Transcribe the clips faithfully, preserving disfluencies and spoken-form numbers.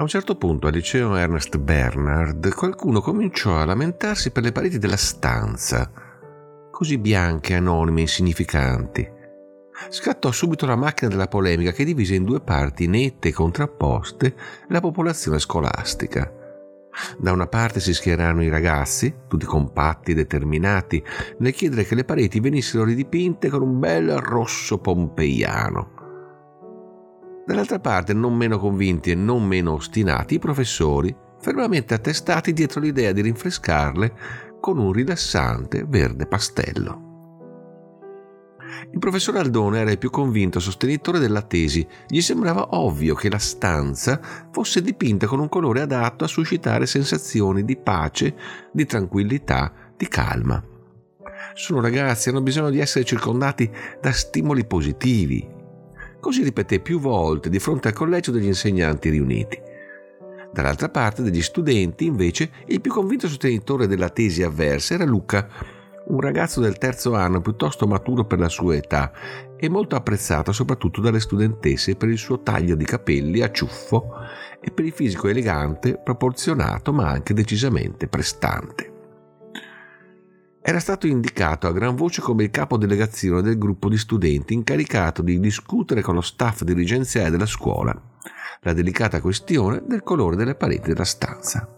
A un certo punto al liceo Ernest Bernard qualcuno cominciò a lamentarsi per le pareti della stanza, così bianche, anonime, insignificanti. Scattò subito la macchina della polemica che divise in due parti nette e contrapposte la popolazione scolastica. Da una parte si schierarono i ragazzi, tutti compatti e determinati, nel chiedere che le pareti venissero ridipinte con un bel rosso pompeiano. Dall'altra parte, non meno convinti e non meno ostinati, i professori, fermamente attestati dietro l'idea di rinfrescarle con un rilassante verde pastello. Il professor Aldone era il più convinto sostenitore della tesi. Gli sembrava ovvio che la stanza fosse dipinta con un colore adatto a suscitare sensazioni di pace, di tranquillità, di calma. Sono ragazzi, hanno bisogno di essere circondati da stimoli positivi. Così ripeté più volte di fronte al collegio degli insegnanti riuniti. Dall'altra parte degli studenti, invece, il più convinto sostenitore della tesi avversa era Luca, un ragazzo del terzo anno piuttosto maturo per la sua età e molto apprezzato soprattutto dalle studentesse per il suo taglio di capelli a ciuffo e per il fisico elegante, proporzionato ma anche decisamente prestante. Era stato indicato a gran voce come il capo delegazione del gruppo di studenti incaricato di discutere con lo staff dirigenziale della scuola la delicata questione del colore delle pareti della stanza.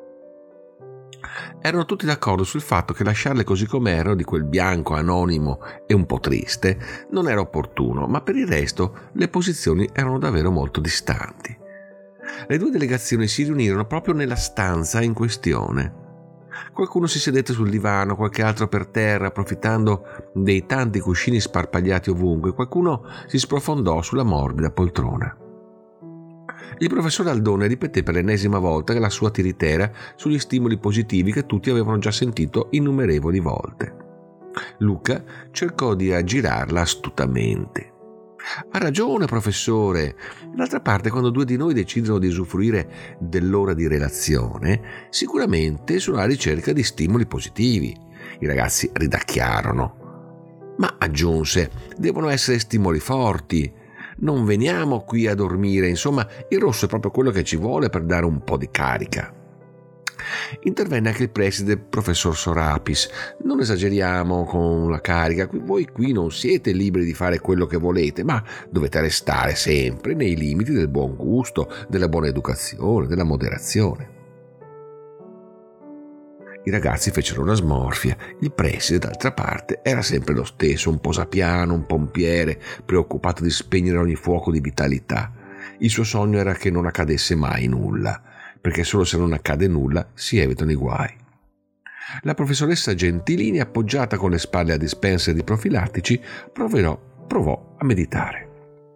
Erano tutti d'accordo sul fatto che lasciarle così com'erano, di quel bianco anonimo e un po' triste, non era opportuno, ma per il resto le posizioni erano davvero molto distanti. Le due delegazioni si riunirono proprio nella stanza in questione. Qualcuno si sedette sul divano, qualche altro per terra, approfittando dei tanti cuscini sparpagliati ovunque, qualcuno si sprofondò sulla morbida poltrona. Il professor Aldone ripeté per l'ennesima volta la sua tiritera sugli stimoli positivi che tutti avevano già sentito innumerevoli volte. Luca cercò di aggirarla astutamente. Ha ragione, professore. D'altra parte, quando due di noi decidono di usufruire dell'ora di relazione, sicuramente sono alla ricerca di stimoli positivi. I ragazzi ridacchiarono. Ma, aggiunse, devono essere stimoli forti. Non veniamo qui a dormire, insomma, il rosso è proprio quello che ci vuole per dare un po' di carica. Intervenne anche il preside, professor Sorapis. Non esageriamo con la carica, voi qui non siete liberi di fare quello che volete, ma dovete restare sempre nei limiti del buon gusto, della buona educazione, della moderazione. I ragazzi fecero una smorfia. Il preside, d'altra parte, era sempre lo stesso, un posapiano, un pompiere, preoccupato di spegnere ogni fuoco di vitalità. Il suo sogno era che non accadesse mai nulla, perché solo se non accade nulla si evitano i guai. La professoressa Gentilini, appoggiata con le spalle a dispenser di profilattici, proverò, provò a meditare.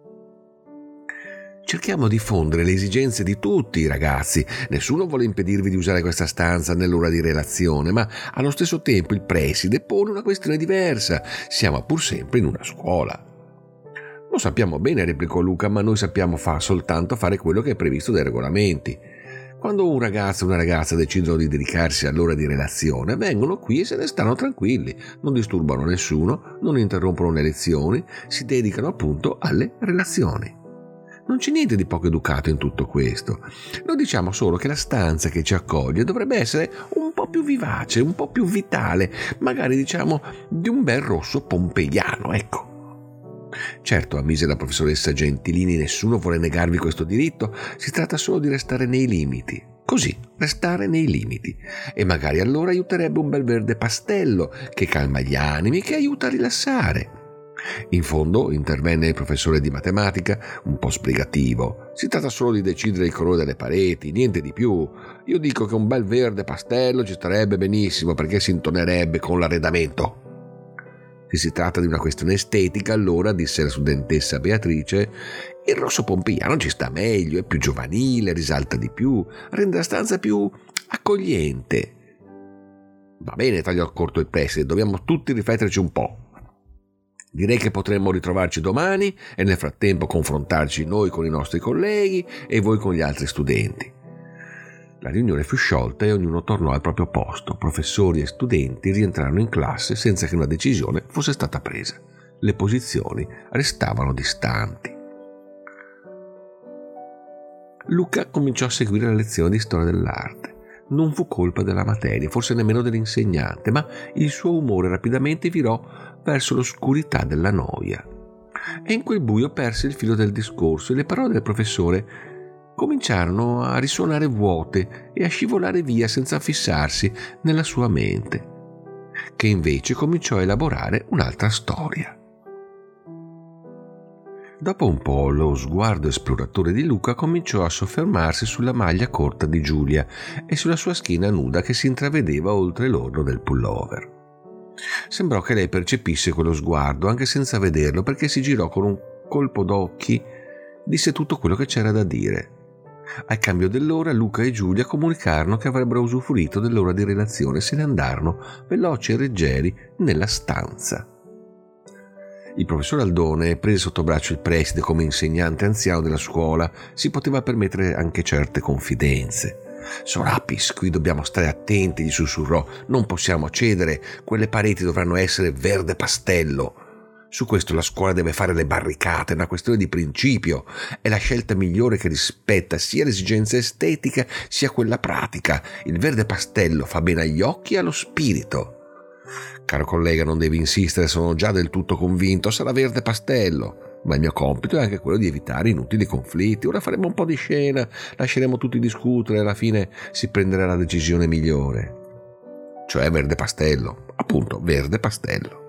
Cerchiamo di fondere le esigenze di tutti i ragazzi. Nessuno vuole impedirvi di usare questa stanza nell'ora di relazione, ma allo stesso tempo il preside pone una questione diversa. Siamo pur sempre in una scuola. Lo sappiamo bene, replicò Luca, ma noi sappiamo fa soltanto fare quello che è previsto dai regolamenti. Quando un ragazzo e una ragazza decidono di dedicarsi all'ora di relazione, vengono qui e se ne stanno tranquilli, non disturbano nessuno, non interrompono le lezioni, si dedicano appunto alle relazioni. Non c'è niente di poco educato in tutto questo. Noi diciamo solo che la stanza che ci accoglie dovrebbe essere un po' più vivace, un po' più vitale, magari diciamo di un bel rosso pompeiano, ecco. Certo, ammise la professoressa Gentilini, nessuno vuole negarvi questo diritto, si tratta solo di restare nei limiti. Così, restare nei limiti. E magari allora aiuterebbe un bel verde pastello che calma gli animi, che aiuta a rilassare. In fondo intervenne il professore di matematica, un po' sbrigativo. Si tratta solo di decidere il colore delle pareti, niente di più. Io dico che un bel verde pastello ci starebbe benissimo perché si intonerebbe con l'arredamento. Se si tratta di una questione estetica, allora, disse la studentessa Beatrice, il rosso pompeiano ci sta meglio, è più giovanile, risalta di più, rende la stanza più accogliente. Va bene, tagliò corto il preside, dobbiamo tutti rifletterci un po'. Direi che potremmo ritrovarci domani e nel frattempo confrontarci noi con i nostri colleghi e voi con gli altri studenti. La riunione fu sciolta e ognuno tornò al proprio posto. Professori e studenti rientrarono in classe senza che una decisione fosse stata presa. Le posizioni restavano distanti. Luca cominciò a seguire la lezione di storia dell'arte. Non fu colpa della materia, forse nemmeno dell'insegnante, ma il suo umore rapidamente virò verso l'oscurità della noia. E in quel buio perse il filo del discorso e le parole del professore cominciarono a risuonare vuote e a scivolare via senza fissarsi nella sua mente, che invece cominciò a elaborare un'altra storia. Dopo un po' lo sguardo esploratore di Luca cominciò a soffermarsi sulla maglia corta di Giulia e sulla sua schiena nuda che si intravedeva oltre l'orlo del pullover. Sembrò che lei percepisse quello sguardo anche senza vederlo, perché si girò con un colpo d'occhi, disse tutto quello che c'era da dire. Al cambio dell'ora Luca e Giulia comunicarono che avrebbero usufruito dell'ora di relazione e se ne andarono veloci e leggeri nella stanza. Il professor Aldone prese sotto braccio il preside come insegnante anziano della scuola, si poteva permettere anche certe confidenze. «Sorapis, qui dobbiamo stare attenti», gli sussurrò, «non possiamo cedere, quelle pareti dovranno essere verde pastello. Su questo la scuola deve fare le barricate, è una questione di principio, è la scelta migliore che rispetta sia l'esigenza estetica sia quella pratica. Il verde pastello fa bene agli occhi e allo spirito». «Caro collega, non devi insistere, sono già del tutto convinto, sarà verde pastello. Ma il mio compito è anche quello di evitare inutili conflitti. Ora faremo un po' di scena, lasceremo tutti discutere e alla fine si prenderà la decisione migliore. Cioè verde pastello, appunto, verde pastello».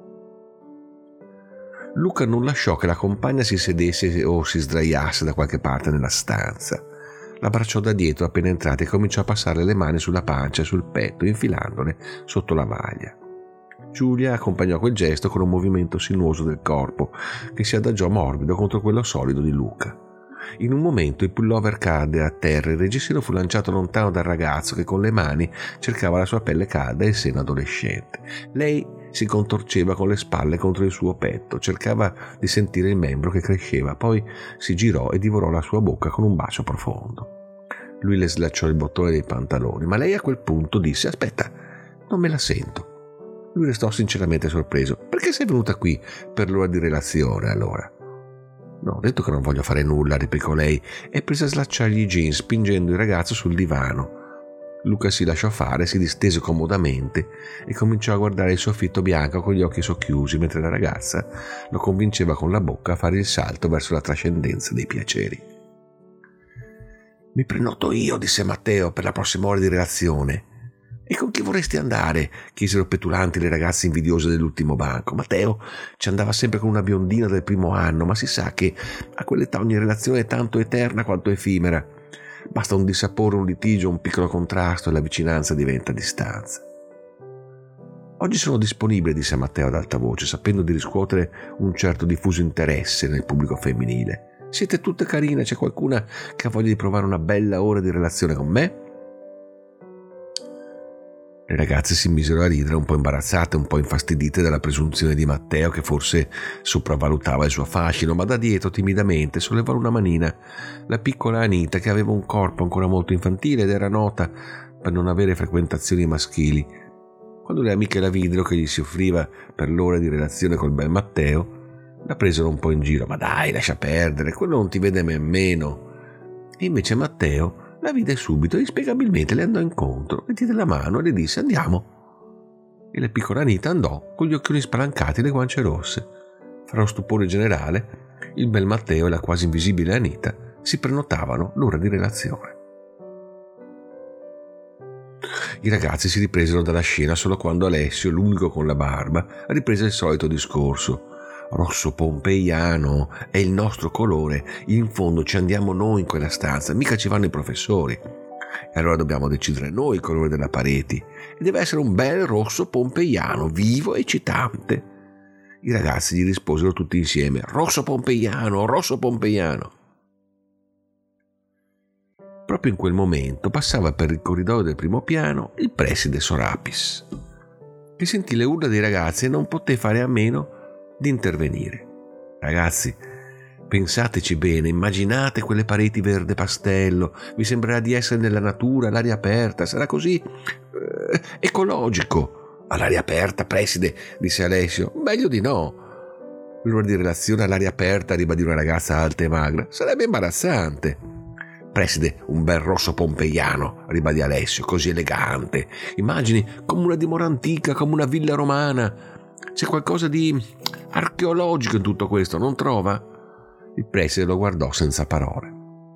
Luca non lasciò che la compagna si sedesse o si sdraiasse da qualche parte nella stanza. L'abbracciò da dietro appena entrata e cominciò a passare le mani sulla pancia e sul petto, infilandole sotto la maglia. Giulia accompagnò quel gesto con un movimento sinuoso del corpo che si adagiò morbido contro quello solido di Luca. In un momento il pullover cadde a terra e il reggiseno fu lanciato lontano dal ragazzo che con le mani cercava la sua pelle calda e il seno adolescente. Lei si contorceva con le spalle contro il suo petto, cercava di sentire il membro che cresceva, poi si girò e divorò la sua bocca con un bacio profondo. Lui le slacciò il bottone dei pantaloni, ma lei a quel punto disse: «Aspetta, non me la sento». Lui restò sinceramente sorpreso. «Perché sei venuta qui per l'ora di relazione, allora?» «No, ho detto che non voglio fare nulla», replicò lei e prese a slacciargli i jeans, spingendo il ragazzo sul divano. Luca si lasciò fare, si distese comodamente e cominciò a guardare il soffitto bianco con gli occhi socchiusi, mentre la ragazza lo convinceva con la bocca a fare il salto verso la trascendenza dei piaceri. «Mi prenoto io», disse Matteo, «per la prossima ora di relazione». «E con chi vorresti andare?» chiesero petulanti le ragazze invidiose dell'ultimo banco. Matteo ci andava sempre con una biondina del primo anno, ma si sa che a quell'età ogni relazione è tanto eterna quanto effimera. Basta un dissapore, un litigio, un piccolo contrasto e la vicinanza diventa distanza. «Oggi sono disponibile», disse Matteo ad alta voce, sapendo di riscuotere un certo diffuso interesse nel pubblico femminile. «Siete tutte carine, c'è qualcuna che ha voglia di provare una bella ora di relazione con me?» Le ragazze si misero a ridere, un po' imbarazzate, un po' infastidite dalla presunzione di Matteo che forse sopravvalutava il suo fascino, ma da dietro timidamente sollevò una manina la piccola Anita, che aveva un corpo ancora molto infantile ed era nota per non avere frequentazioni maschili. Quando le amiche la videro che gli si offriva per l'ora di relazione col bel Matteo, la presero un po' in giro. «Ma dai, lascia perdere, quello non ti vede nemmeno». E invece Matteo la vide subito e inspiegabilmente le andò incontro, le diede la mano e le disse: «Andiamo». E la piccola Anita andò con gli occhioni spalancati e le guance rosse. Fra lo stupore generale, il bel Matteo e la quasi invisibile Anita si prenotavano l'ora di relazione. I ragazzi si ripresero dalla scena solo quando Alessio, l'unico con la barba, riprese il solito discorso. «Rosso pompeiano è il nostro colore, in fondo ci andiamo noi in quella stanza, mica ci vanno i professori. E allora dobbiamo decidere noi il colore della pareti, e deve essere un bel rosso pompeiano, vivo e eccitante». I ragazzi gli risposero tutti insieme: «Rosso pompeiano, rosso pompeiano». Proprio in quel momento passava per il corridoio del primo piano il preside Sorapis, che sentì le urla dei ragazzi e non poté fare a meno di intervenire. «Ragazzi, pensateci bene, immaginate quelle pareti verde pastello, vi sembrerà di essere nella natura, all'aria aperta, sarà così eh, ecologico». «All'aria aperta, preside», disse Alessio. «Meglio di no». «L'ora di relazione all'aria aperta», ribadì una ragazza alta e magra, «sarebbe imbarazzante». Preside, un bel rosso pompeiano, ribadì Alessio, così elegante. Immagini, come una dimora antica, come una villa romana. C'è qualcosa di archeologico in tutto questo, non trova? Il preside lo guardò senza parole.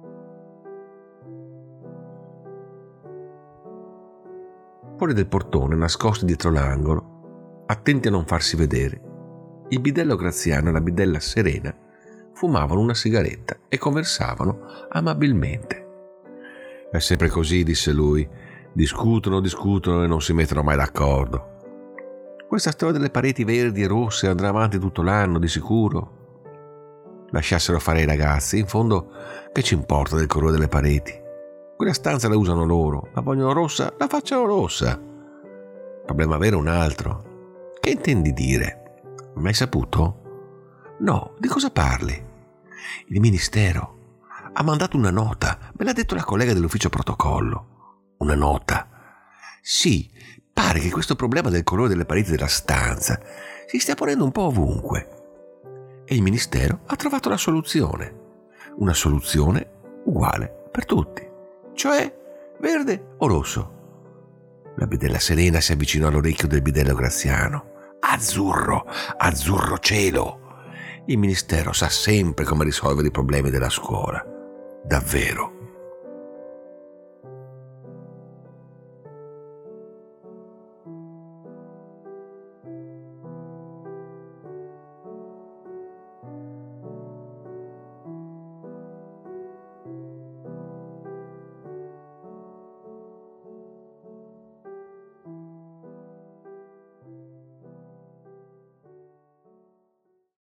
Fuori del portone, nascosti dietro l'angolo, attenti a non farsi vedere, il bidello Graziano e la bidella Serena fumavano una sigaretta e conversavano amabilmente. È sempre così, disse lui. Discutono, discutono e non si mettono mai d'accordo. Questa storia delle pareti verdi e rosse andrà avanti tutto l'anno, di sicuro. Lasciassero fare i ragazzi, in fondo che ci importa del colore delle pareti? Quella stanza la usano loro, la vogliono rossa, la facciano rossa. Il problema vero è un altro. Che intendi dire? Mai saputo? No, di cosa parli? Il ministero ha mandato una nota, me l'ha detto la collega dell'ufficio protocollo. Una nota? Sì, pare che questo problema del colore delle pareti della stanza si stia ponendo un po' ovunque. E il ministero ha trovato la soluzione. Una soluzione uguale per tutti. Cioè, verde o rosso? La bidella Serena si avvicinò all'orecchio del bidello Graziano. Azzurro, azzurro cielo. Il ministero sa sempre come risolvere i problemi della scuola. Davvero.